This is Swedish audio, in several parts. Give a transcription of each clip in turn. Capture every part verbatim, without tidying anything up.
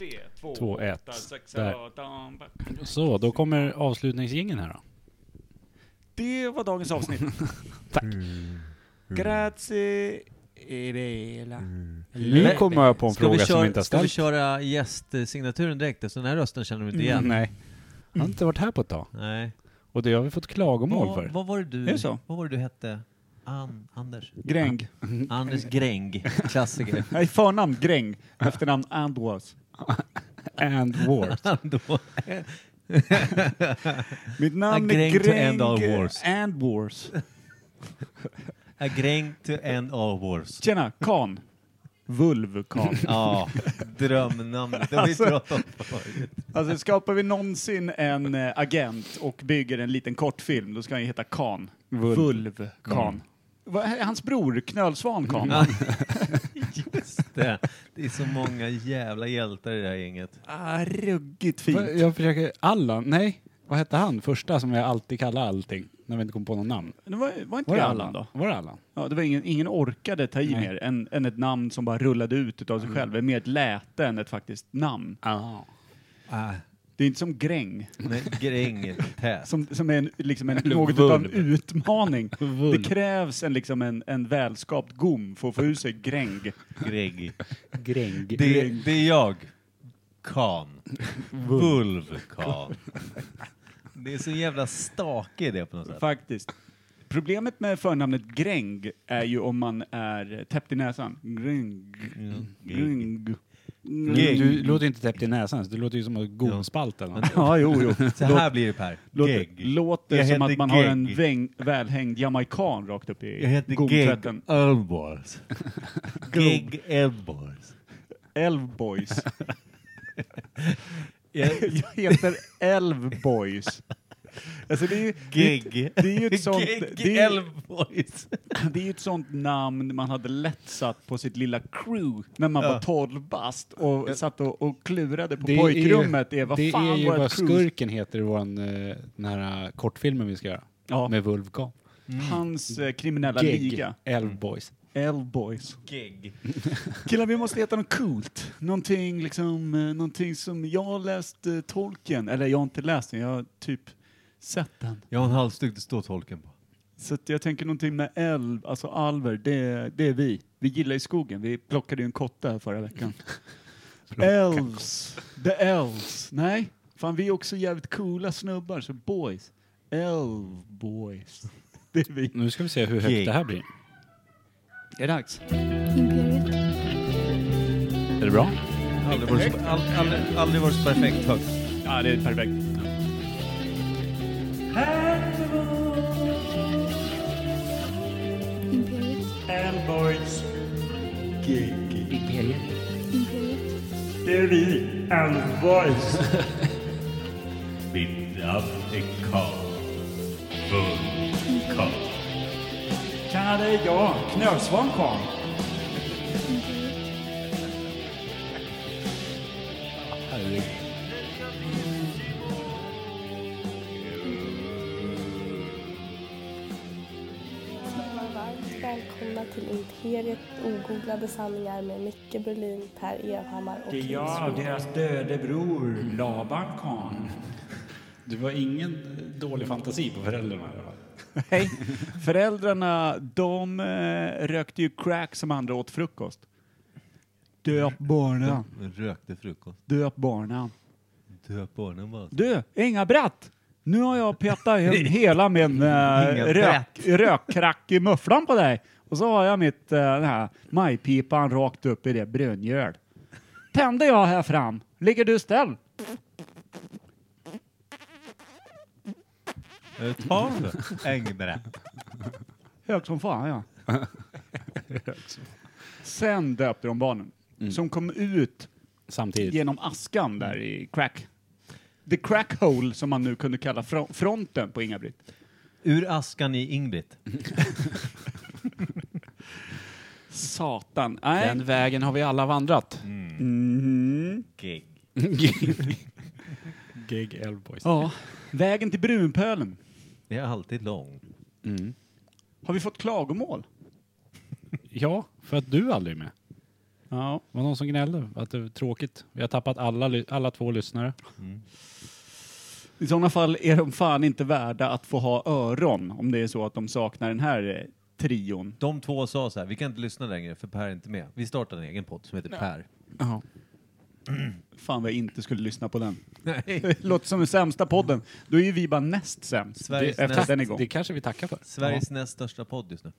tre, två, två, ett. åtta, sex, Där. åtta. Så, då kommer avslutningsgingen här då. Det var dagens avsnitt. Tack. Grazie. Erela. Nu kommer jag på en Ska vi fråga köra, som inte har Ska vi ställt. köra gästsignaturen direkt? Så den här rösten känner vi inte igen. Mm, nej. Jag har inte varit här på ett tag. Nej. Och det har vi fått klagomål Vad, för. vad var det du, Är det så? vad var det du hette? An, Anders? Gräng. Anders Gräng. Klassiker. Nej, förnamn Gräng. Efternamn Andwas. And Wars. Då. Mitt namn A är Gräng to Gräng end all wars. Andwars. A Gräng to end all wars. Tjena, Kan. Vulvkan. Ja, drömnamnet. Det har vi Alltså- pratat om förut. Alltså skapar vi någonsin en eh, agent och bygger en liten kortfilm, då ska han ju heta Kan. Vulv. Vulvkan. Vad är hans bror, Knölsvan Kan? Ja, just det. Det är så många jävla hjältar i det här gänget. Ah, ruggigt fint. Jag försöker... Allan? Nej. Vad hette han? Första som jag alltid kallar allting. När vi inte kom på någon namn. Det var, var inte Var det det Allan Allan då? Var det Allan? Ja, det var ingen, ingen orkade ta i Nej. mer än, än ett namn som bara rullade ut utav sig Mm. själv. Det är mer ett läte än ett faktiskt namn. Ja. Ah, Det är inte som Gräng, nej, Gräng. Tät. som, som är en, liksom en, Eller något utav en vulv. utmaning. Det Vulv. krävs en, liksom en, en välskapt gom för att få ur sig Gräng. Grägg. Gräng. Det, det är jag. Kan. Vulvkan. Det är så jävla stakig det på något sätt. Faktiskt. Problemet med förnamnet Gräng är ju om man är täppt i näsan. Gräng. Gräng. Du, Gegg. du låter inte täppt i näsan, så det låter ju som en gomspalt eller något. Ja, jo, jo. Så här blir det, Per. Låter, Gegg. låter Jag som heter att man har en Gegg. väng, välhängd jamaican rakt upp i Jag heter Gegg gomtvätten. Elbors. Gegg Elbors. Elvboys. Jag- Jag heter Elvboys. Alltså det är ju, Gegg. det är ju ett sånt, Gegg det är, Elbors. det är ju ett sånt namn man hade lätt satt på sitt lilla crew när man Ja. var tolv bast och satt och, och klurade på Det är pojkrummet. Är, vad det fan är ju var vad ett crew? skurken heter i våran, eh, den här eh, kortfilmen vi ska göra. Ja, Med Vulvkan. hans eh, kriminella Gegg. liga. Elvboys. Elvboys. Gegg. Killar, vi måste heta något coolt. Någonting liksom, eh, någonting som jag har läst eh, Tolkien, eller jag har inte läst den, jag har typ sett den. Jag har en halsduk det står tolken på. Så att jag tänker någonting med älv, alltså alver, det, det är vi. Vi gillar i skogen, vi plockade ju en kotte här förra veckan. Elves, the elves, nej. Fan, vi är också jävligt coola snubbar, så boys. Elv boys. Det är vi. Nu ska vi se hur högt Gegg. det här blir. Är det dags? Imperiet. Är det bra? Aldrig varit, så- ald, aldrig, aldrig varit så perfekt högt. Ja, det är perfekt. Imperiet. Elvboys. Gig. Imperiet. Det är vi, Elvboys. Mitt namn är Karl. Vulvkan. Tjena, det är jag, Knölsvan Karl. Herregud. Varmt välkomna till Imperiet ogooglade sanningar med Micke Berlin, Per Evhammar och Det är Kim jag, Svensson. deras döde bror, Laban Karl. Du var ingen dålig fantasi på föräldrarna i alla fall. Hej. Föräldrarna, de eh, rökte ju crack som andra åt frukost. Döp barnen. Rökte frukost. Döp barnen. Döp barnen bara. Du, Inga-Bratt. Nu har jag petat in hela min eh, rök, rökkrack i mufflan på dig. Och så har jag mitt eh, den här majpipan rakt upp i det brödmjöl. Tänder jag här fram. Ligger du ställ? Ta det. Ängbrett. Hög som fan, ja. Sen döpte de barnen. Mm. Som kom ut Samtidigt. genom askan där i crack. The crack hole som man nu kunde kalla fro- fronten på Inga-Britt. Ur askan i Ingrid. Satan. Nej. Den vägen har vi alla vandrat. Mhm. Gegg. Gegg Elvboys. Ja. Vägen till Brunpölen. Det är alltid lång. Mm. Har vi fått klagomål? Ja, för att du aldrig är med. Ja. Det var någon som gnällde att det var tråkigt. Vi har tappat alla, ly- alla två lyssnare. Mm. I sådana fall är de fan inte värda att få ha öron om det är så att de saknar den här eh, trion. De två sa så här, vi kan inte lyssna längre för Per är inte med. Vi startar en egen podd som heter Per. Ja. Fan vad jag inte skulle lyssna på den. Nej. Det låter som den sämsta podden. Då är ju vi bara näst sämst. Sveriges Det, efter näst- den är igång. Det kanske vi tackar för. Sveriges näst största podd just nu.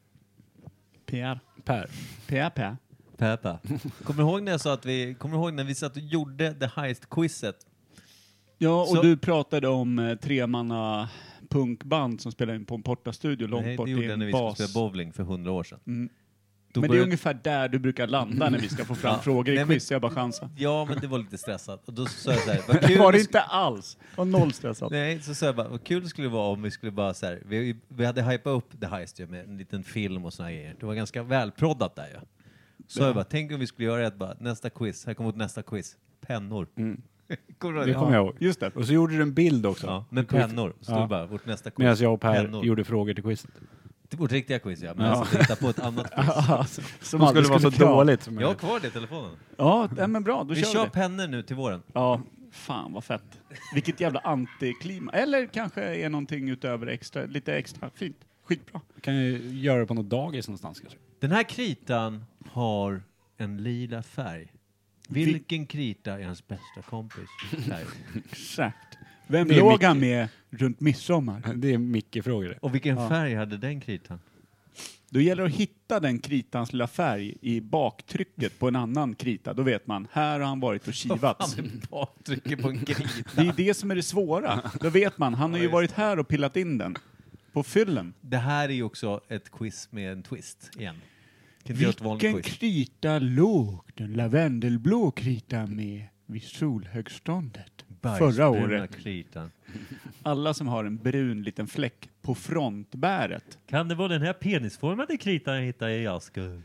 P R. Per. P R P R. Peppa. Kommer du ihåg när jag sa att vi, kommer du ihåg när vi satt och gjorde The Heist-quizet? Ja, och Så- du pratade om eh, tremanna punkband som spelar in på en portastudio långt Nej, bort det i gjorde jag en när vi skulle bas. spela bowling för hundra år sedan. Mm. Då Men det är började- ungefär där du brukar landa när vi ska få fram Ja. frågor i Nej, men- quiz. Jag bara chansar. Ja, men det var lite stressat. Och då sa jag så här, vad Det kul var det sk- inte alls. Det var noll stressat. Nej, så sa jag bara, vad kul det skulle vara om vi skulle bara så här, vi, vi hade hypat upp The Heist ju med en liten film och såna här grejer. Det var ganska välproddat där ju. Så Ja. jag bara, tänk om vi skulle göra ett bara, nästa quiz, här kommer vårt nästa quiz. Pennor. Mm. Kommer du Det ihåg kommer jag ihåg. Just det. Och så gjorde du en bild också. Ja, med pennor. Stod Ja. bara, vårt nästa quiz. Medan jag och Per Pennor. gjorde frågor till quizet. Det vårt riktiga quiz, ja. Men Ja. jag satt och hittade på ett annat quiz. Som Det aldrig skulle vara så klara. dåligt. Som Jag har möjligt. kvar det i telefonen. Ja, nej, men bra. Då Vi kör kör vi. pennor nu till våren. Ja, fan vad fett. Vilket jävla antiklima. Eller kanske är någonting utöver extra, lite extra. Fint. Skitbra. Kan ju göra det på något dagis någonstans kanske. Den här kritan har en lila färg. Vilken krita är hans bästa kompis färg? Exakt. Vem Det är låg mycket. han med runt midsommar? Det är mycket frågor det. Och vilken Ja. färg hade den kritan? Då gäller det att hitta den kritans lilla färg i baktrycket på en annan krita. Då vet man, här har han varit och kivats. Han baktrycker på en krita. Det är det som är det svåra. Då vet man, han har ju varit här och pillat in den. På fyllen. Det här är ju också ett quiz med en twist igen. Kan inte göra ett vanligt Vilken quiz. krita låg den lavendelblå kritan med vid solhögståndet förra Bajsbruna året? kritan. Alla som har en brun liten fläck på frontbäret. Kan det vara den här penisformade kritan jag hittade i Asker?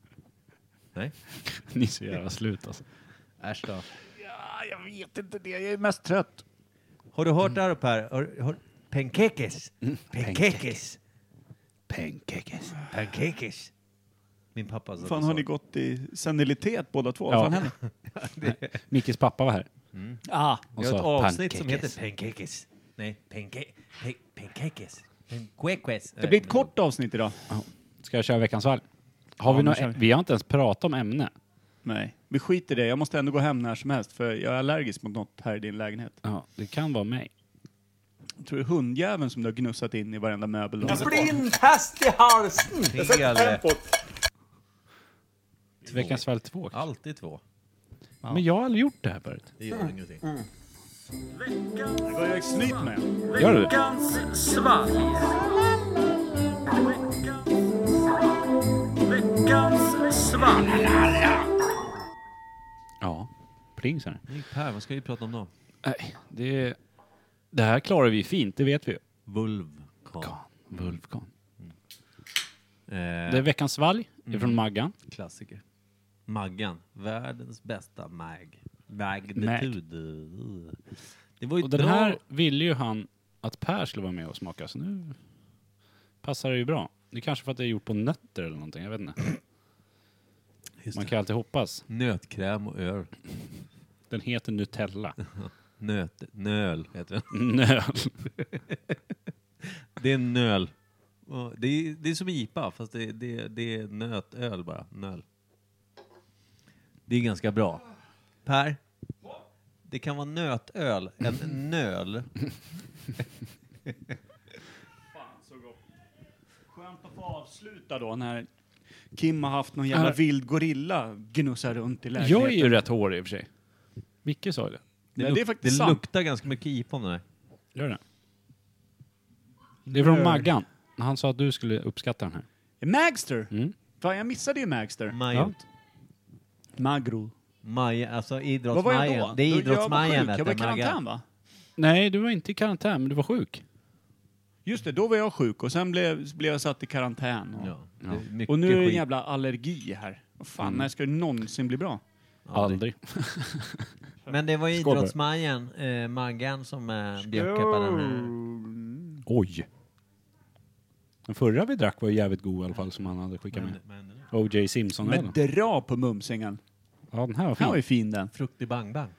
Nej? Ni är så jävla slut alltså. Äsch då. Ja, jag vet inte det. Jag är mest trött. Har du hört det här uppe här? Har, har, pancakes. Mm. Pancakes. Pancakes. Pancakes. Min pappa sa Fan, så. har ni gått i senilitet båda två? Ja. Vad fan händer? Mickes pappa var här. Ah, Och Vi har ett sa avsnitt som pancakes. heter Pancakes. Nej, panca- pa- pancakes. Pancakes. det blir ett kort avsnitt idag. Ska jag köra veckans valg? Har Ja, vi, nu nå- kör vi. vi har inte ens pratat om ämne. Nej, vi skiter i det. Jag måste ändå gå hem när som helst för jag är allergisk mot något här i din lägenhet. Ja, det kan vara mig. Jag tror det är hundjäveln som du har gnussat in i varenda möbel. Blindhäst i halsen! Fel. Veckans valg två. Alltid två. Ja. Men jag har aldrig gjort det här förut. Det gör ingenting. Vad jag snyt med. Gör du det? Veckans svalg. Veckans svalg. Ja. Pling så här. Per, vad ska vi prata om då? Nej, det, det här klarar vi fint, det vet vi ju. Vulvkan. Kan. Vulvkan. Eh, Det är veckans valg ifrån Maggan. klassiker. Maggan. Världens bästa mag. Magnitud. Det var ju Och den bra. här ville ju han att Per skulle vara med och smaka, så nu passar det ju bra. Det är kanske för att det är gjort på nötter eller någonting, jag vet inte. Just Man det. kan alltid hoppas. Nötkräm och öl. Den heter Nutella. Nöt, nöl heter den. Nöl. Det är nöl. Och Det är, det är som I P A, fast det, det, det är nötöl bara. Nöl. Det är ganska bra. Per? Det kan vara nötöl. En nöl. Skönt att få avsluta då när Kim har haft någon jävla Ja. vild gorilla gnussa runt i lägenheten. Jag är ju rätt hårig i och för sig. Micke sa ju det. Det, Nej, luk- det är faktiskt det sant. luktar ganska mycket I P A om den här. Gör det? Det är från Nöl. Maggan. Han sa att du skulle uppskatta den här. Magster! Mm. Fan, jag missade ju Magster. Majot. Magro. Maja, alltså Vad var jag idrottsmajen. då? Det är Då- idrottsmajen, Jag var sjuk. vet Jag var i du, Maggan. karantän va? Nej, du var inte i karantän, men du var sjuk. Just det, då var jag sjuk och sen blev, blev jag satt i karantän. Och, Ja, det är Ja. mycket och nu är det en skit. jävla allergi här. Vad fan, Mm. när ska det någonsin bli bra? Aldrig. Men det var ju Skål på det. idrottsmajen, eh, Maggan, som eh, bjöd på den här. Oj. Den förra vi drack var ju jävligt god i alla fall, som han hade skickat med. Men- men- O J Simpson Men ölen. dra på mumsingen. Ja, den här var Den var ju fin. fin den. Fruktig bang bang.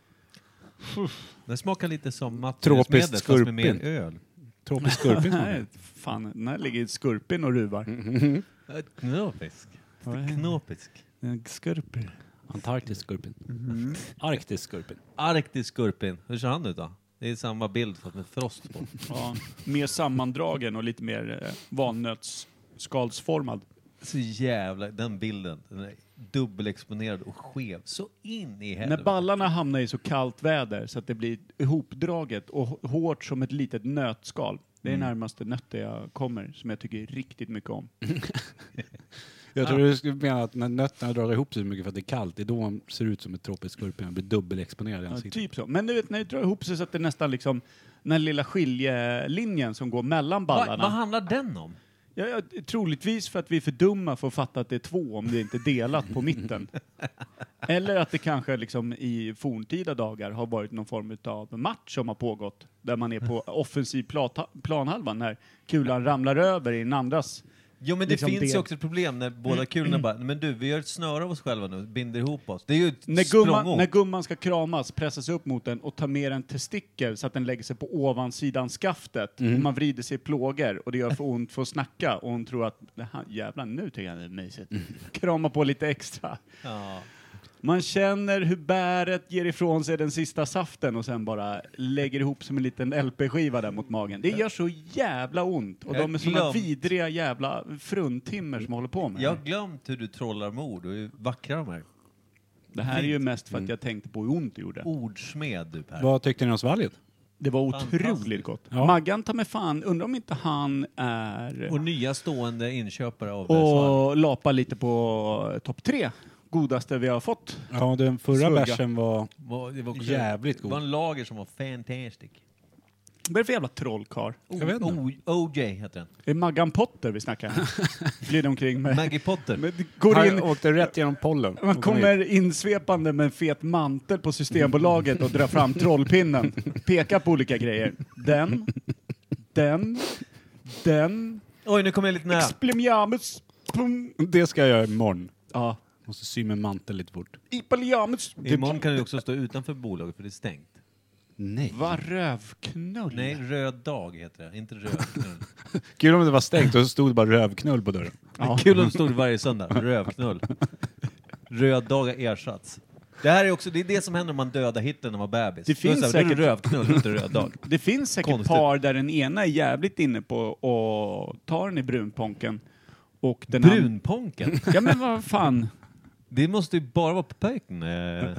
Den smakar lite som Tropiskt mattrösmedel fast med mer skurpin. öl. Tropisk skurpin. Nej, fan, den här ligger i skurpin och ruvar. Knopisk. Knopisk. Skurpin. Antarktisk skurpin. Arktisk skurpin. Arktisk skurpin. Hur ser han ut då? Det är samma bild fast med frost på. Ja, mer sammandragen och lite mer eh, valnötsskalsformad. Så jävla, den bilden. Den är dubbelexponerad och skev. Så in i helvete. När ballarna hamnar i så kallt väder så att det blir ihopdraget och h- hårt som ett litet nötskal. Det är närmaste nötter jag kommer som jag tycker riktigt mycket om. Jag tror du skulle mena att när nötterna drar ihop sig så mycket för att det är kallt, det är då de ser ut som ett tropiskt skurpin och blir dubbelexponerad i Ja, ansiktet. typ så. Men du vet, när det drar ihop sig så att det nästan liksom den här lilla skiljelinjen som går mellan Va, ballarna. vad handlar den om? Ja, ja, troligtvis för att vi är för dumma för att fatta att det är två om det inte är delat på mitten. Eller att det kanske liksom i forntida dagar har varit någon form av match som har pågått. Där man är på offensiv plata- planhalvan när kulan ramlar över i den andras. Jo, men det Liksom finns ju det- också ett problem när båda kulorna bara, men du, vi gör ett snöre av oss själva nu, binder ihop oss. Det är ju ett När gumman, språngok. när gumman ska kramas, pressas upp mot den och ta med en testikel så att den lägger sig på ovansidan skaftet. Och man vrider sig i plågor och det gör för ont för att snacka. Och hon tror att, "Jaha, jävlar nu tycker jag det är mysigt. Krama på lite extra. Ja. Man känner hur bäret ger ifrån sig den sista saften och sen bara lägger ihop som en liten L P-skiva där mot magen. Det gör så jävla ont. Och Jag de är såna glömt. vidriga jävla fruntimmer som håller på med Jag det. har glömt hur du trollar med ord och hur vackra de är. Det här är ju mest för att jag tänkte på hur ont det gjorde. Ordsmed du Per. Vad tyckte ni om svalget? Det var otroligt Fantastiskt. gott. Ja. Maggan tar med fan, undrar om inte han är Och nya stående inköpare av det. Så och lapar lite på topp tre godaste vi har fått. Ja, den förra Svugga. bärsen var var, det var också, jävligt Det var god. en lager som var fantastic. Vad är det för jävla trollkarl? Jag vet inte. O- O J heter den. Det är Maggan Potter vi snackar här. Glider omkring med. Maggie Potter. Men det går Han in, åkte rätt genom pollen. man kommer insvepande med en fet mantel på Systembolaget och drar fram trollpinnen. Pekar på olika grejer. Den, den, den, Oj, nu kommer jag lite nära. explemiamus, pum. Det ska jag göra imorgon. Ja, Måste sy med mantel lite fort. ipaliamus. Imorgon kan du också stå utanför bolaget för det är stängt. Nej. Vad rövknull. Nej, röd dag heter det. Inte röd knull. Kul om det var stängt och så stod det bara rövknull på dörren. Ja. Kul om det stod varje söndag. Rövknull. Röd dag har ersatts. Det här är också, det är det som händer om man dödar Hitler när man var bebis. Det Då är finns så här, då är det säkert- rövknull, inte röd dag. Det finns säkert Konstigt. par där den ena är jävligt inne på och tar den i brunponken. Och den andra- Brunponken. Ja men vad fan. Det måste ju bara vara på pöjken. Eh.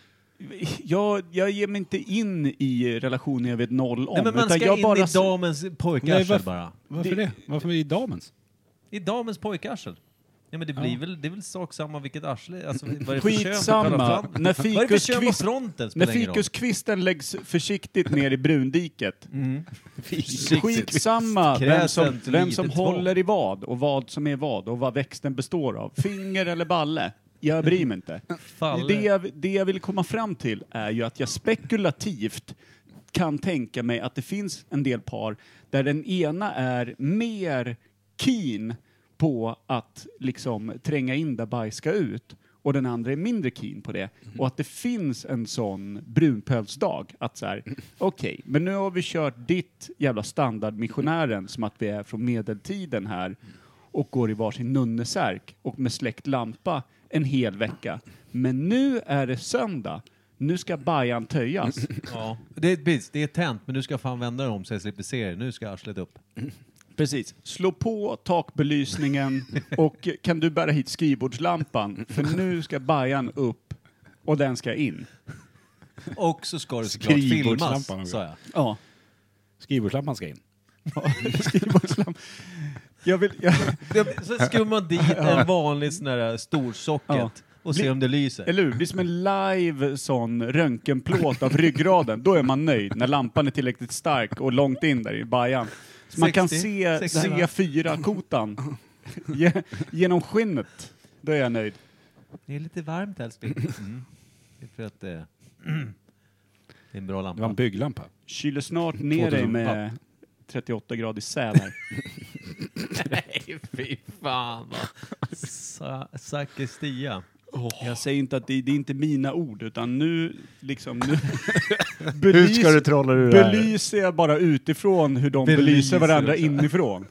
Jag, jag ger mig inte in i relationer jag vet noll om. Nej, men man utan ska jag in bara i s- damens Nej, pojkarsel varför- bara. Varför det? Varför i damens? I damens pojkarsel. Ja, men det blir Ja. väl, det är väl sak samma vilket arsle, alltså vad är det för kön på själva Skitsamma. fronten? När Vad är det för kön på fikuskvist, fronten när spelar ingen roll. fikuskvisten läggs försiktigt ner i brundiket. Mm. Skitsamma vem Krävs som, ett vem litet som tvång. håller i vad och vad som är vad och vad växten består av. Finger eller balle. Jag bryr mig inte. Faller. Det jag, det jag vill komma fram till är ju att jag spekulativt kan tänka mig att det finns en del par där den ena är mer keen på att liksom tränga in där bajs ska ut och den andra är mindre keen på det. Och att det finns en sån brunpölsdag. Att så här, okej, men nu har vi kört ditt jävla standardmissionären som att vi är från medeltiden här och går i varsin nunnesärk och med släckt lampa en hel vecka. Men nu är det söndag. Nu ska bajan töjas. Ja. Det är, precis, det är tänt, men du ska fan vända dig om så jag slipper se det. Nu ska arslet upp. Precis. Slå på takbelysningen och kan du bära hit skrivbordslampan? För nu ska bajan upp och den ska in. Och så ska det såklart filmas, Skrivbordslampan. sa jag. Ja. Skrivbordslampan ska in. Skrivbordslampan. Jag vill... Jag, Det- Så skruvar man dit en vanlig sån där storsocket Ja. och ser om det lyser. eller hur? Det blir som en live sån röntgenplåt av ryggraden. Då är man nöjd när lampan är tillräckligt stark och långt in där i bajan. Så man kan sextio, se sextio. C fyra-kotan ge- genom skinnet. Då är jag nöjd. Det är lite varmt älskling. Mm. Det är för att det, det är en bra Det var en lampa. bygglampa. Kyler snart ner dig med trettioåtta grader säl här. Nej, fy fan va. Sa- Sakristia. Jag säger inte att det, det är inte mina ord, utan nu liksom... Nu Hur belys, ska du trolla ur det här? belyser jag bara utifrån hur de Belyser belyser varandra också. inifrån.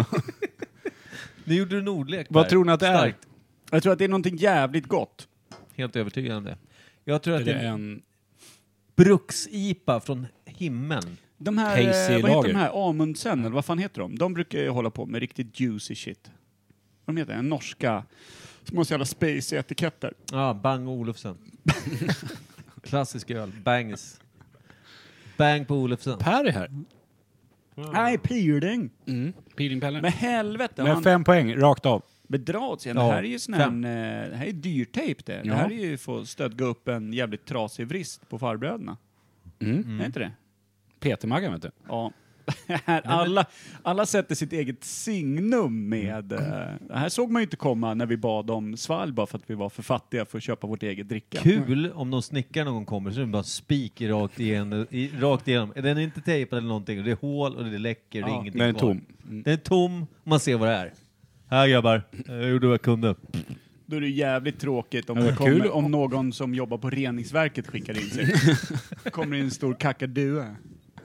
Nu gjorde du en ordlek. Vad Per. tror ni att det är? Starkt. Jag tror att det är någonting jävligt gott. Helt övertygad om det. Jag tror Är att det det är en en... bruks-I P A från himmeln. De här, Hazy eh, vad heter lager. de här, Amundsen, eller vad fan heter de? De brukar ju hålla på med riktigt juicy shit. De heter en norska, små så jävla space-etiketter. Ja, Bang Olufsen. Klassisk öl. Bangs. Bang på Olufsen. Per är här. Nej, Pyrding! Mm. Pilingpelle. Men helvete, Med han fem poäng, rakt av. bedrar sig. Ja, Det här är ju sån här, fem. eh, det här är dyrtejp det. Ja. Det här är ju för att stödga upp en jävligt trasig vrist på farbröderna. Mm. Är inte det? Peter-Maggan, vet du. Ja. Här, alla, alla sätter sitt eget signum med... Eh, det här såg man ju inte komma när vi bad om svalg bara för att vi var för fattiga för att köpa vårt eget dricka. Kul om någon snickare någon kommer så är det bara spik i rakt, igenom, i, rakt igenom. Den är inte tejpad eller någonting. Och det är hål och det läcker och det är Ja, ingenting Den är kvar. tom. Den är tom och man ser vad det är. Här grabbar, jag gjorde vad jag kunde. Då är det jävligt tråkigt om, Ja, det kul. kommer, om någon som jobbar på reningsverket skickar in sig. kommer in en stor kakadua.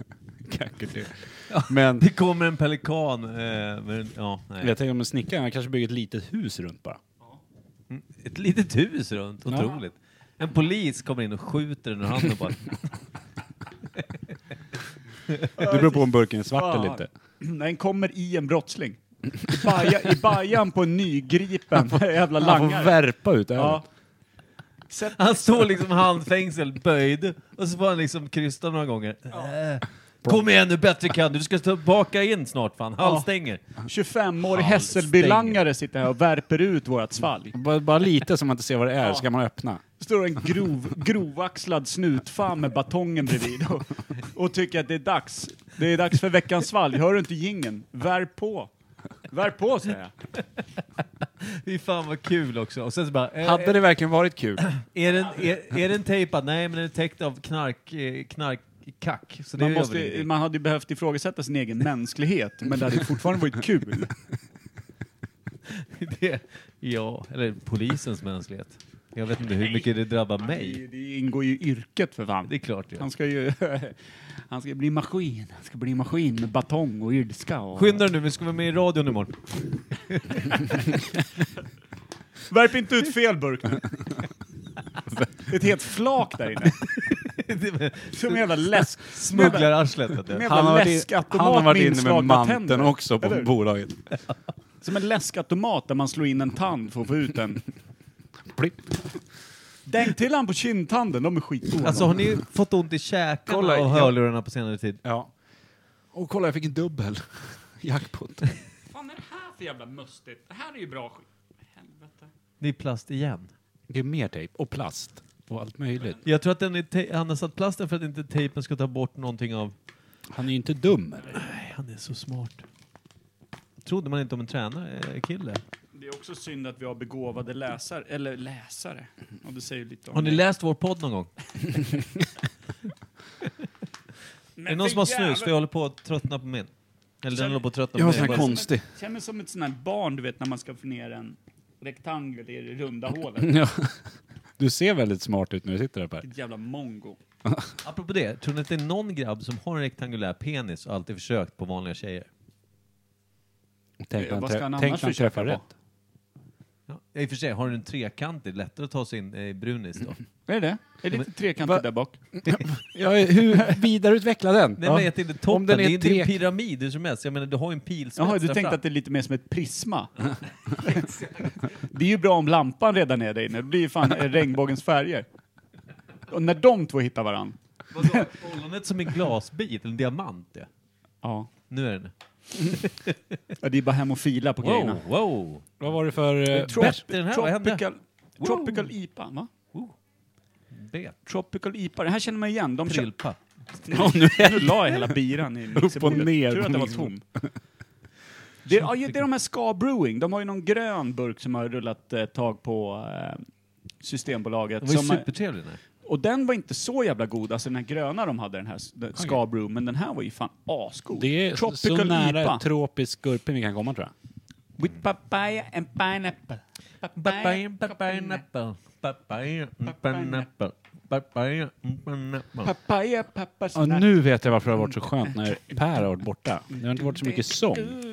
Men Det kommer en pelikan. Eh, men, ja, nej. jag tänker om en snickare, han kanske bygger ett litet hus runt bara. Mm, Ett litet hus runt, Ja. otroligt. En polis kommer in och skjuter den ur handen bara. Det beror på om burken är svart eller inte. Den kommer i en brottsling. I, baja, i bajan på en nygripen jävla Han får langare. värpa ut ölen. Ja. Sätt, Han står liksom handfängsel böjd och så får han liksom krysta några gånger. Äh. Kom igen nu, bättre kan du. Du ska stå baka in snart fan. Halstänger. tjugofemårig Fan, Hässelby-langare sitter här och värper ut vårat svalg. Bara, bara lite så man inte ser vad det är, ska man öppna. Det står en grov, grovaxlad snutfan med batongen bredvid och, och tycker att det är dags. Det är dags för veckans svalg. Hör du inte jingeln? Värp på. Värp på, säger jag. Fy fan vad kul också. Och sen så bara, eh, Hade det verkligen varit kul? är, den, är, är den tejpad? Nej, men den är täckt av knark, eh, knarkkack. Så det Man, gör väl måste, ingenting. man hade ju behövt ifrågasätta sin egen mänsklighet, men det hade fortfarande varit kul. det, ja, eller polisens mänsklighet. Jag vet inte hur mycket det drabbar Det, mig. det ingår ju i yrket för fan. Det är klart. Ja. Han ska ju han ska bli maskin. Han ska bli maskin med batong och ilska. Och... Skynda dig nu, vi ska vara med i radion imorgon. Värp inte ut fel burk nu. Det är ett helt flak där inne. Som en jävla läsk... Smugglar-arslet. vet Som en du. jävla Han har varit, in, läskautomat han har varit med inne med inslagna manteln tänder. också på Eller hur? bolaget. Som en läskautomat där man slår in en tand för att få ut den. Blipp. Dänk till han på kindtanden, de är skitgoda. Alltså har ni fått ont i käkarna Kolla, av ja. hörlurarna på senare tid? Ja. Och kolla, jag fick en dubbel. Jackpot. Vad fan är det här för jävla mustigt? Det här är ju bra skit. Helvete. Det är plast igen. Det är mer tejp och plast och allt möjligt. Jag tror att den är te- han har satt plasten för att inte tejpen ska ta bort någonting av... Han är ju inte dum eller? Nej, han är så smart. Trodde man inte om en tränare, eh, kille. Det är också synd att vi har begåvade läsare, eller läsare. Och det säger lite om Har ni mig. läst vår podd någon gång? Men är det någon som har för snus? jävlar- För jag håller på att tröttna på min. Eller den Känner- håller på att tröttna Jag har på sån min. här konstig. Känner mig som ett sånt här barn, du vet, när man ska få ner en rektangel i det runda hålet. Ja. Du ser väldigt smart ut när du sitter där, Per. Ett jävla mongo. Apropå det, tror ni att det är någon grabb som har en rektangulär penis och alltid försökt på vanliga tjejer? Tänk Eh, när vad han, ska han trä- annars tänk när han försöka träffar på? rätt. Ja, i och för sig, har du en trekantig, lättare att ta sig in i brunis då? Vad är det? Är det lite trekantigt Va- där bak? Ja, hur vidareutveckla den? Nej, men jag tänkte toppen, Om den det är är inte en tre- pyramid hur som helst. Jag menar, du har ju en pilspets Jaha, du där tänkte fram. att det är lite mer som ett prisma? Det är ju bra om lampan redan är där inne. Det blir ju fan eh, regnbågens färger. Och när de två hittar varann. Vadå? Ollonet som en glasbit, en diamant ja. Ja. Nu är den. Ja, det är bara hem och fila på grejerna. Wow, wow. Vad var det för... eh, Trop- Bättre den här, vad hände? tropical, tropical I P A, va? Bet. Tropical I P A, det här känner man igen. De kör, Trillpa. Ja, nu nu la jag hela biran i mixerbordet. och ner Tror på att det var mixerbordet. tom. Det, ja, det är de här Ska Brewing. De har ju någon grön burk som har rullat ett tag på eh, Systembolaget. Den var ju Som, supertrevlig den här. och den var inte så jävla god. Alltså den här gröna de hade, den här s- den Ska Brew. Men den här var ju fan asgod. Det är så Tropical I P nära A. ett tropisk gurpe vi kan komma, tror jag. With papaya and pineapple. Papaya, pineapple. Papaya, pineapple. Papaya, pineapple. Papaya, pappas Ja, nu vet jag varför det har varit så skönt när Per har varit borta. Det har inte varit så mycket sång.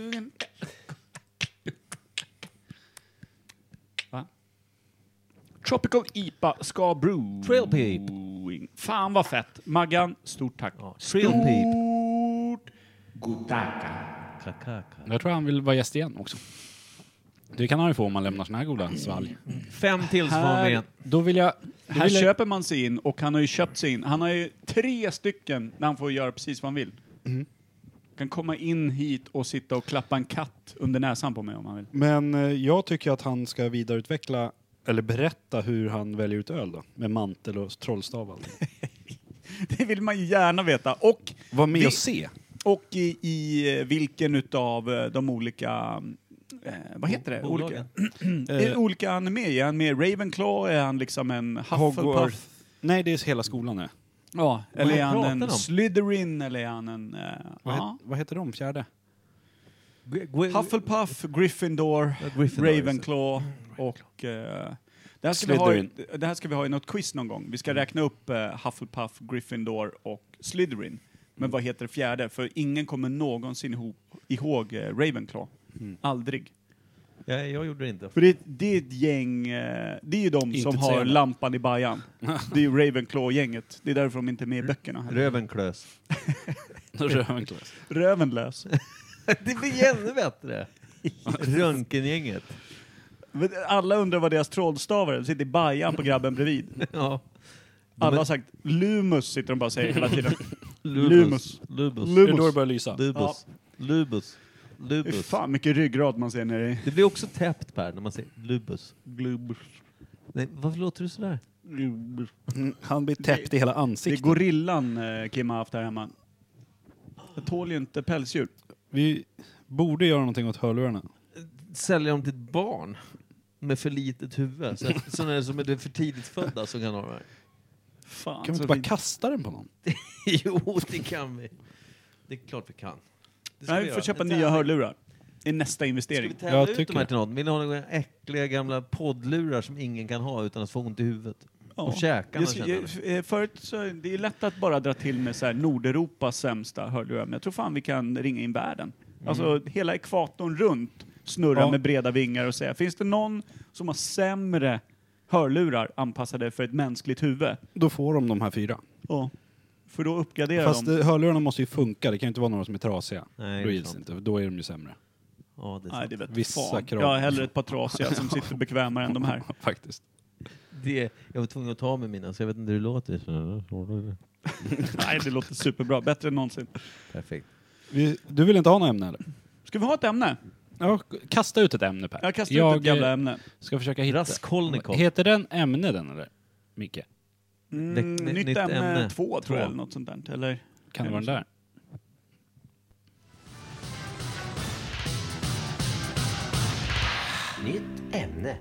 Va? Tropical I P A ska brew. Trill Peep. Fan vad fett. Maggan, stort tack. Ja, Trill Peep. Stort godtacka. Kakaka. Jag tror han vill vara gäst igen också. Det kan han ju få om man lämnar såna här goda svalg. Fem till så får han med igen. Då vill jag... Då Här vill jag köper man sig in och han har ju köpt sig in. Han har ju tre stycken när han får göra precis vad han vill. Mm. Kan komma in hit och sitta och klappa en katt under näsan på mig om han vill. Men eh, jag tycker att han ska vidareutveckla, eller berätta hur han väljer ut öl då. Med mantel och trollstav. och allt. Det vill man ju gärna veta. Och, Var med Vi- och se. och i, i vilken utav de olika... Eh, vad heter det? Olika, Bolagen. eh, olika han är med i. Är han med i Ravenclaw? Är han liksom en Hufflepuff? Hogwarts. Nej, det är hela skolan nu. Ja, eller är han pratar en de? Slytherin? Eller är han en... Eh, Vad, ja. het, vad heter de fjärde? Hufflepuff, Gryffindor, Ja, Gryffindor, Ravenclaw och... Eh, det, här ska vi ha, i- Slytherin. det här ska vi ha i något quiz någon gång. Vi ska räkna upp eh, Hufflepuff, Gryffindor och Slytherin. Men vad heter det fjärde? För ingen kommer någonsin ihop, ihåg eh, Ravenclaw. Aldrig. Ja, jag gjorde det inte. För det, det är ett gäng... Eh, det är ju de som har Intetsägande. lampan i bajan. Det är ju Ravenclaw-gänget. Det är därför de inte är med i böckerna. Rövenklös. Rövenkläs. Rövenlös. Det blir ännu bättre. Röntgengänget. Men alla undrar vad deras trollstavar är. De sitter i bajan på grabben bredvid. Ja. Alla har sagt Lumus, sitter de bara och säger hela tiden. Lubus. Lubus. Lubus. Det är då det börjar lysa. Lubus. Lubus. Det är Lubus. fan mycket ryggrad man ser nere i. Det blir också täppt, Per, när man säger Lubus. Lubus. Nej, varför låter du sådär? Mm, han blir täppt i hela Det är ansiktet. gorillan eh, Kim har haft här hemma. Jag tål ju inte pälsdjur. Vi borde göra någonting åt hörlurarna. Sälja dem till ett barn med för litet huvud. Så, så är det som är det för tidigt födda som kan ha det här. Fan, Kan vi så inte bara fint. kasta den på någon? Jo, det kan vi. Det är klart vi kan. Det ska Nej, vi göra. får köpa En nya tävling. hörlurar. Det är nästa Ska vi investering. tävla Jag ut tycker de här det. till någon? Vill ni ha några äckliga gamla poddlurar som ingen kan ha utan att få ont i huvudet? Och käkarna Jag ska- känner det. eh, Förut så det är lätt att bara dra till med så här Nordeuropas sämsta hörlurar, men jag tror fan vi kan ringa in världen. Alltså hela ekvatorn runt snurra Ja. med breda vingar och säga, finns det någon som har sämre hörlurar anpassade för ett mänskligt huvud? Då får de de här fyra. Ja. För då uppgraderar Fast de. det, hörlurarna måste ju funka. Det kan ju inte vara några som är trasiga. Nej, Då det är gills det sant. inte. Då är de ju sämre. Ja, det är Nej, sant. det vet Vissa fan. krav. Jag har hellre ett par trasiga som sitter bekvämare än de här. Faktiskt. Det, jag var tvungen att ta med mina, så jag vet inte hur det låter. Nej, det låter superbra. Bättre än någonsin. Perfekt. Vi, du vill inte ha något ämne eller? Ska vi ha ett ämne? Ja, kasta ut ett ämne, Per. Jag kastar jag ut ett jävla eh, ämne. ska försöka hitta... Raskolnikov. Heter den ämne den eller? Micke? Mm, Det- nytt, nytt ämne, ämne. två, tror Två. jag, eller något sånt där. Eller? Kan det vara den där? Nytt ämne.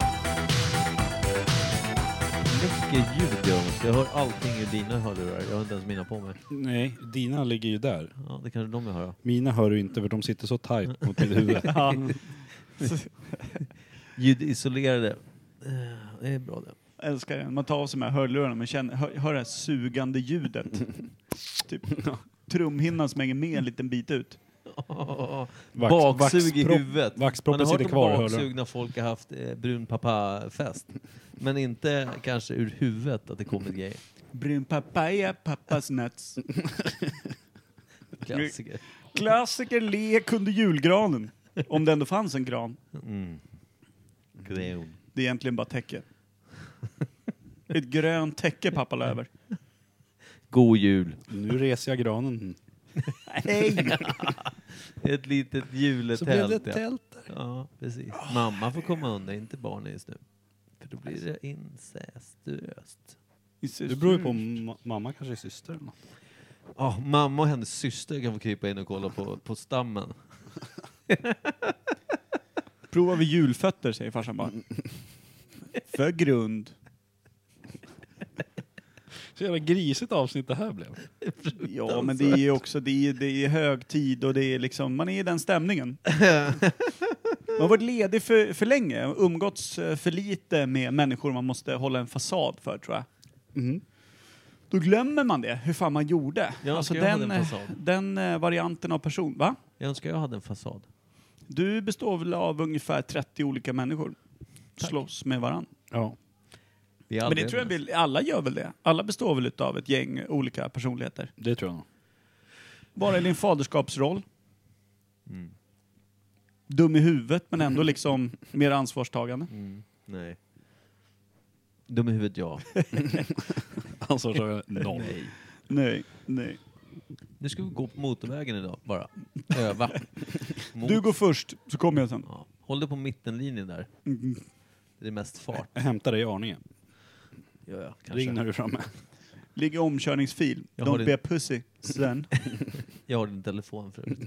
Mycket ljud gör de. Jag hör allting ur dina hörlurar. Jag har inte ens mina på mig. Nej, dina ligger ju där. Ja, det kanske de jag hör. Ja. Mina hör du inte för de sitter så tajt mot mitt huvud. Ja. Ljudisolerade. Eh, Det är bra det. Jag älskar det. Man tar av sig de här hörlurarna men känner, hör, hör det här sugande ljudet. Typ trumhinnan som hänger med en liten bit ut. Vax- Baksug i vaxpropp- huvudet. vaxproppen Man har hört sitter om kvar i hörlurarna. baksug när folk har haft eh, brun pappa-fest. Men inte kanske ur huvudet att det kommer grejer. Brun papaya, pappas nuts. Klassiker. Klassiker lek under julgranen. Om det ändå fanns en gran. Mm. Grön. Det är egentligen bara täcke. Ett grönt täcke pappa la över. God jul. Nu reser jag granen. Nej! Ett litet juletält. Så blev det ett ja. tält där. Ja, precis. Mamma får komma undan, inte barnen just nu. För då blir det incestuöst. Det beror ju på om ma- mamma kanske är syster eller något. Ja, mamma och hennes syster kan få krypa in och kolla på, på stammen. Provar vi julfötter, säger farsan bara. För grund. Så jävla grisigt avsnitt det här blev. Ja, men det är ju också det är, det är hög tid och det är liksom, man är i den stämningen. Man har varit ledig för, för länge, umgåtts eh, för lite med människor man måste hålla en fasad för, tror jag. Mm. Då glömmer man det, hur fan man gjorde. Jag alltså önskar jag den, hade en eh, fasad. den eh, varianten av person, va? Jag önskar jag hade en fasad. Du består väl av ungefär trettio olika människor. Slåss med varann. Ja. Vi är Men aldrig det tror jag överens. väl, alla gör väl det. Alla består väl av ett gäng olika personligheter. Det tror jag nog. Bara i din faderskapsroll. Mm. Dum i huvudet men ändå liksom mer ansvarstagande. Mm. Nej. Dum i huvudet, ja. Ansvarstagande noll. Nej. Nej, nej. Nu ska vi gå på motorvägen idag, bara. Öva. Mot. Du går först, så kommer jag sen. Ja. Håll dig på mittenlinjen där. Mm. Det är mest fart. Jag hämtar dig i Arninge. Ja, ja, kanske. Ring när du är framme. Ligger i omkörningsfil. Jag har Don't det- be a pussy, sen. Jag har din telefon förut.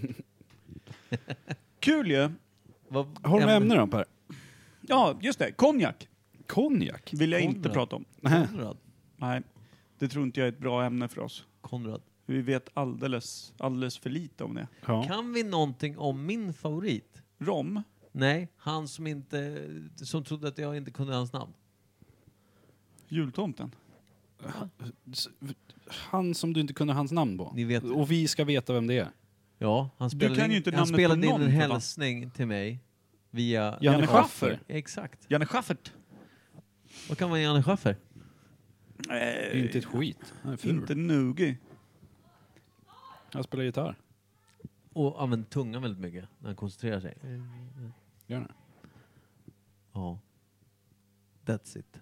Kul ju. Vad, Har du några ämnen då, Per? Ja, just det. Konjak Konjak? vill jag inte Konrad. prata om. Nej. Konrad. Nej, det tror inte jag är ett bra ämne för oss. Konrad. Vi vet alldeles, alldeles för lite om det. Ja. Kan vi någonting om min favorit? Rom? Nej, han som inte... Som trodde att jag inte kunde hans namn. Jultomten? S- Han som du inte kunde hans namn på. Ni vet... Och vi ska veta vem det är. Ja, han Du spelade, kan ju in, inte han namnet spelade på in någon, en för fan. hälsning till mig via... Janne Janne Schaffer. Schaffer? Exakt. Janne Schaffert? Vad kan vara Janne Schaffer? Det är inte ett skit. Han är ful. Inte Nugi. Han spelar gitarr. Och använder tungan väldigt mycket när han koncentrerar sig. Gör det. Ja. That's it.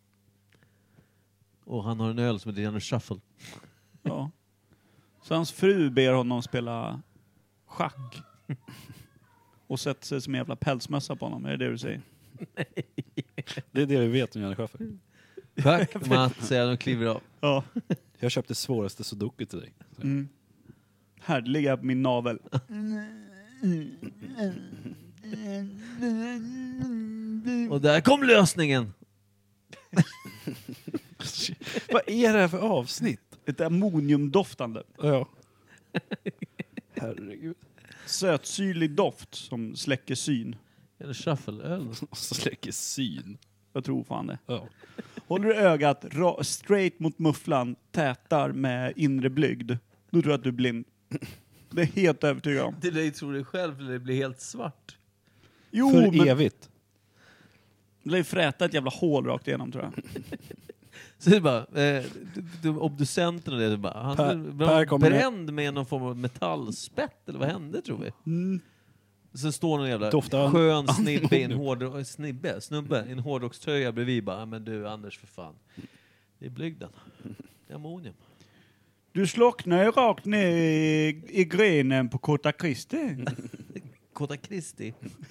Och han har en öl som heter Janne Shuffle. Ja. Så hans fru ber honom spela schack. Och sätter sig som en jävla pälsmössa på honom. Är det det du säger? Det är det vi vet om Janne Schaffer. Tack Mats, säger han och kliver av. Ja. Jag köpte svåraste sudoku till dig. Mm. Här ligger jag på min navel. Och där kom lösningen! Vad är det här för avsnitt? Ett ammoniumdoftande. Ja. Herregud. Sötsyrlig doft som släcker syn. Janne Shuffle-öl. Och så släcker syn. Jag tror fan det. Ja. Håller du ögat ra- straight mot mufflan, tätar med inre blygd, då tror jag att du är blind. Det är helt övertygad om. Till dig tror du själv eller det blir helt svart. Jo, För men evigt. det lär ju fräta ett jävla hål rakt igenom, tror jag. Så det är bara, eh, de obducenten och det, det bara, han Per- var Per kommer med- bränd med någon form av metallspett, eller vad hände tror vi? Mm. Sen står någon jävla Doftar skön snibbe i en ammonium. hård, snibbe, snubbe i en hårdrockströja bredvid bara, men du Anders för fan. Det är blygden. Det är ammonium. Du slocknar ju rakt ner i, i grenen på Kota Kristi. Kota Kristi.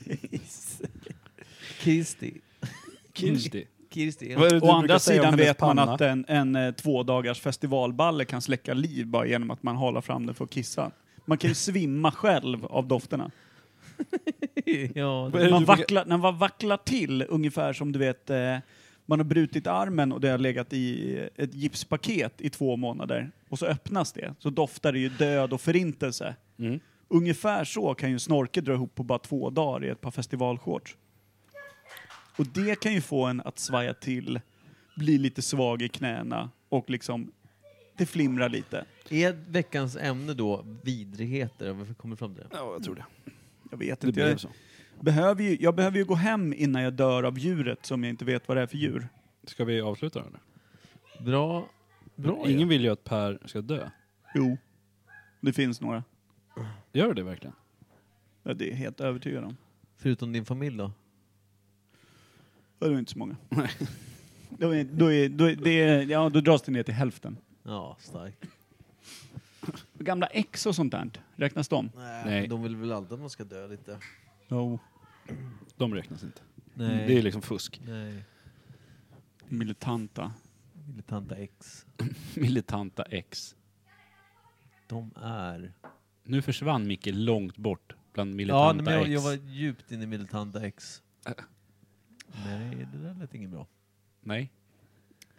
Kristi. Kirsti. Kristi. Vad är det du Å andra brukar säga om sidan hennes vet man panna? att en, en eh, två dagars festivalballe kan släcka liv bara genom att man håller fram den för att kissa. Man kan ju svimma själv av dofterna. Ja, Vad är det Man du brukar- vacklar, när man vacklar till ungefär som du vet, eh, man har brutit armen och det har legat i ett gipspaket i två månader. Och så öppnas det, så doftar det ju död och förintelse. Mm. Ungefär så kan ju en snorke dra ihop på bara två dagar i ett par festivalshorts. Och det kan ju få en att svaja till, bli lite svag i knäna och liksom, det flimrar lite. är veckans ämne då vidrigheter? Varför kommer du fram till det? Ja, jag tror det. Jag vet Det inte. blev Jag så. behöver, ju, jag behöver ju gå hem innan jag dör av djuret som jag inte vet vad det är för djur. Ska vi avsluta eller? Bra. Bra Ingen ja. vill ju att Per ska dö. Jo, det finns några. Gör det verkligen? Ja, det är jag helt övertygad om. Förutom din familj då? Ja, det är inte så många. Då, är, då, är, då, är, det är, ja, då dras det ner till hälften. Ja, starkt. Gamla ex och sånt där, räknas de? Nej. Nej. De vill väl alltid att man ska dö lite? Jo. De räknas inte. Nej. Det är liksom fusk. Nej. Militanta. Militanta X. Militanta ex. De är... Nu försvann Micke långt bort bland Ja, militanta men jag, ex. jag var djupt inne i Militanta X. Nej, det där lät inget bra. Nej.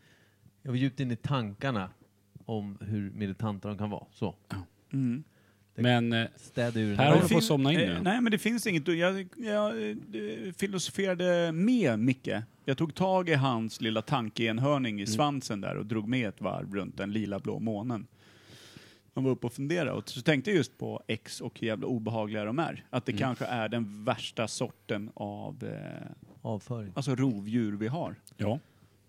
Jag var djupt inne i tankarna om hur militanta de kan vara. Så. Mm. Men eh, Städa ur Per den. håller Det på att fin- somna in eh, nu. Nej, men det finns inget. Jag, jag, eh, filosoferade med Micke. Jag tog tag i hans lilla tankeenhörning i svansen där och drog med ett varv runt den lila blå månen. Han var uppe och funderade och så tänkte jag just på X och hur jävla obehagliga de är. Att det kanske är den värsta sorten av eh, Avföring. alltså rovdjur vi har. Ja,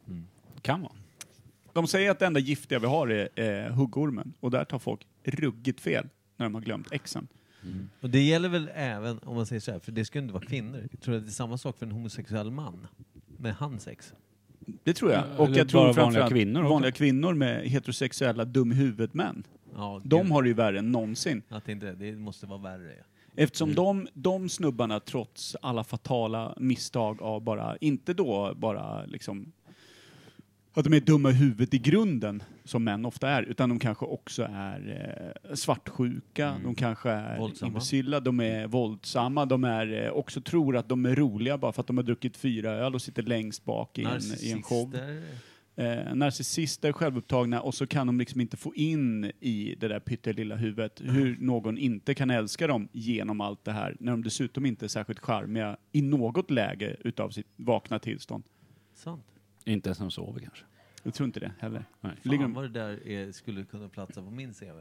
kan vara. De säger att det enda giftiga vi har är eh, huggormen och där tar folk ruggigt fel när de har glömt Xen. Och det gäller väl även, om man säger så här, för det ska ju inte vara kvinnor. Jag tror att det är samma sak för en homosexuell man med hans ex. Det tror jag. Ja, Och eller jag tror bara vanliga framförallt kvinnor också. vanliga kvinnor med heterosexuella dumhuvudmän. Ja, De gud. har det ju värre än någonsin. Att det, inte, det måste vara värre. Ja. Eftersom de, de snubbarna trots alla fatala misstag av bara, inte då bara liksom att de är dumma i huvudet i grunden, som män ofta är, utan de kanske också är eh, svartsjuka, de kanske är Våldsamma. imbecilla, de är våldsamma, de är eh, också tror att de är roliga bara för att de har druckit fyra öl och sitter längst bak i en, i en show. Narcissister. Eh, narcissister, självupptagna, och så kan de liksom inte få in i det där pyttelilla huvudet hur någon inte kan älska dem genom allt det här, när de dessutom inte är särskilt charmiga i något läge utav sitt vakna tillstånd. Sant. Inte ens när de sover kanske. Jag tror inte det heller. Nej. Ligger Fan de... vad det där är, skulle kunna platsa på min C V.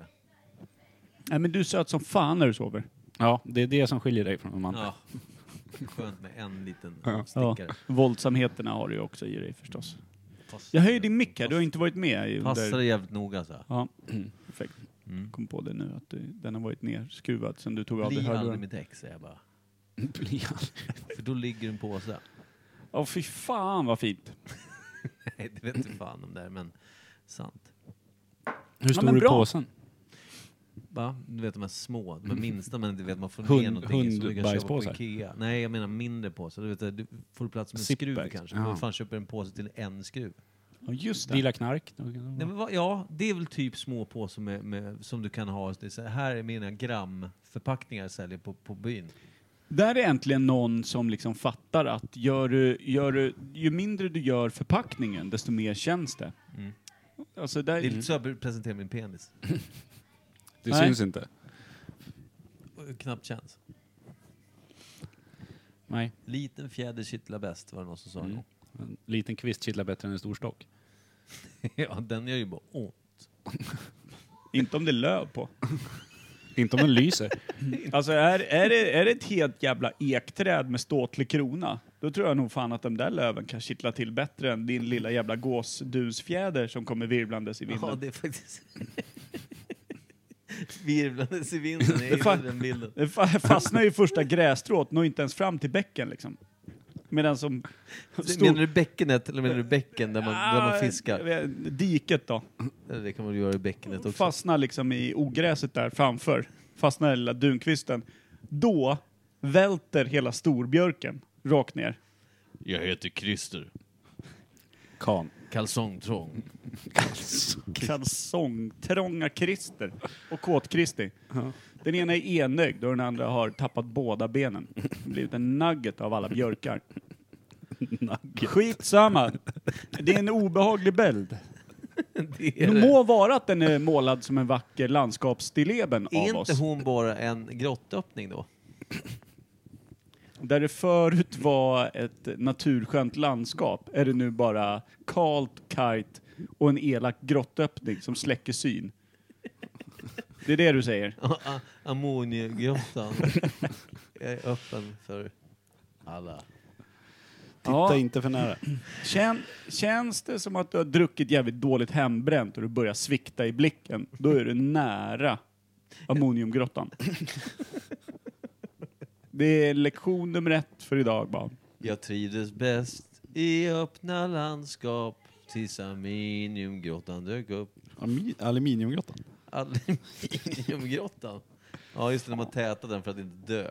Nej, men du är söt som fan när du sover. Ja, det är det som skiljer dig från de andra. Ja. Skönt med en liten Ja. Ja. stickare. Våldsamheterna har du ju också i dig förstås. Fast- Jag höjer din mick här, du har inte varit med i Passar under... det jävligt noga så. Ja, perfekt. Mm. Kom på det nu att du, den har varit nerskruvad sen du tog av dig Bli aldrig hörluren. mitt ex, säger jag bara. Blir aldrig. För då ligger en påse. Åh fy fan vad fint. Nej, det vet inte fan om det är, men sant. Hur stor men är bra. påsen? Va? Du vet de här små, de är minsta, men du vet man får Hund- ner någonting i, så du kan köpa på hundbajspåsar. Ikea. Nej, jag menar mindre påsar. Du vet, du får plats med en skruv Zipbags. kanske. Ja. Men fan köper en påse till en skruv. Ja, just det. Dilla knark? Nej, men vad, ja, det är väl typ små påsar med, med, som du kan ha. Det är så här är mina gramförpackningar jag säljer på, på byn. Där är äntligen någon som liksom fattar att gör du, gör du, ju mindre du gör förpackningen, desto mer känns det. Mm. Alltså där, Det är lite så jag presenterar min penis. Det Nej. syns inte. Och knappt känns. Nej. Liten fjäder kittlar bäst, var det någon som sa. Mm. En liten kvist kittlar bättre än en stor stock. Ja, den gör ju bara ont. inte om det är löv på. Inte om den lyser. Alltså är, är, det, är det ett helt jävla ekträd med ståtlig krona, då tror jag nog fan att de där löven kan kittla till bättre än din lilla jävla gåsdusfjäder som kommer virvlandes i vinden. Ja, det är faktiskt... Virvlandes i vinden, jag Det fan- gillar den bilden. Det fa- fastnar ju i första grästrået, når inte ens fram till bäcken liksom. Medan som... Menar du bäckenet eller menar du bäcken där man, där man Ah, fiskar? jag vet, diket då. Eller det kan man ju göra i bäckenet också. Fastnar liksom i ogräset där framför. Fastnar i lilla dunkvisten. Då välter hela storbjörken rakt ner. Jag heter Christer. Kan. Kalsongtrång. Kalsongtrånga Christer och kåt-Kristi. Den ena är enögd och den andra har tappat båda benen. Blivit en nugget av alla björkar. Skitsamma. Det är en obehaglig bild. Det är Det det. må vara att den är målad som en vacker landskapsstilleben Är av inte oss. hon bara en grottöppning då? Där det förut var ett naturskönt landskap är det nu bara kalt, kajt och en elak grottöppning som släcker syn. Det är det du säger. A- Ammoniumgrottan. Jag är öppen för alla. Titta Ja. inte för nära. Kän, känns det som att du har druckit jävligt dåligt hembränt och du börjar svikta i blicken, då är du nära ammoniumgrottan. Det är lektion nummer ett för idag bara. Jag trivdes bäst i öppna landskap tills aluminiumgrottan dök upp. Ami- Aluminiumgrottan. Aluminiumgrottan? Ja, just det, när man tätade den för att inte dö.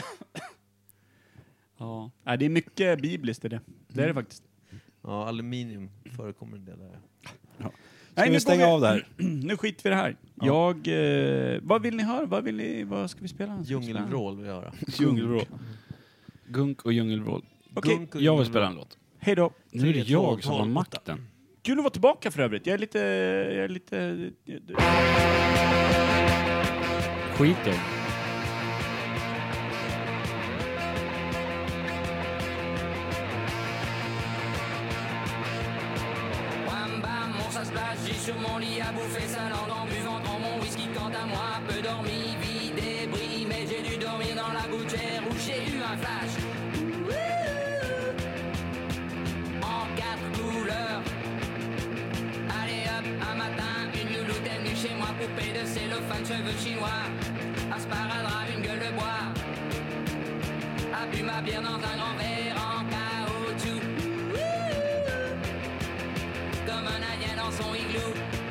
Ja. Nej, det är mycket bibliskt i det. Det är det faktiskt. Ja, aluminium förekommer en del där. Ska Nej, nu vi stänga går av det här? Nu skiter vi i det här. Jag, eh, vad vill ni höra? Vad, vill ni, vad ska vi spela? Ska vi spela? Djungelvrål vill jag höra. Djungelvrål. Gunk och djungelvrål. Okej. Gunk och Jag vill djungelvrål. spela en låt. Hej då. Nu är det tre, två, jag som har tolv, makten. Kul att vara tillbaka för övrigt. Jag är lite... Jag är lite Skit i. Bam bam, mon ça splash, j'ai sur mon lit à bouffer sa langue en buvant dans mon whisky. Quant à moi, peu dormi, vie débris, mais j'ai dû dormir dans la gouttière où j'ai eu un flash. En quatre couleurs. Allez hop, un matin, une louloute est venue chez moi, poupée de cellophane, cheveux chinois, un sparadrap, une gueule de bois, a bu ma bière dans un grand verre en caoutchouc, comme un alien dans son igloo.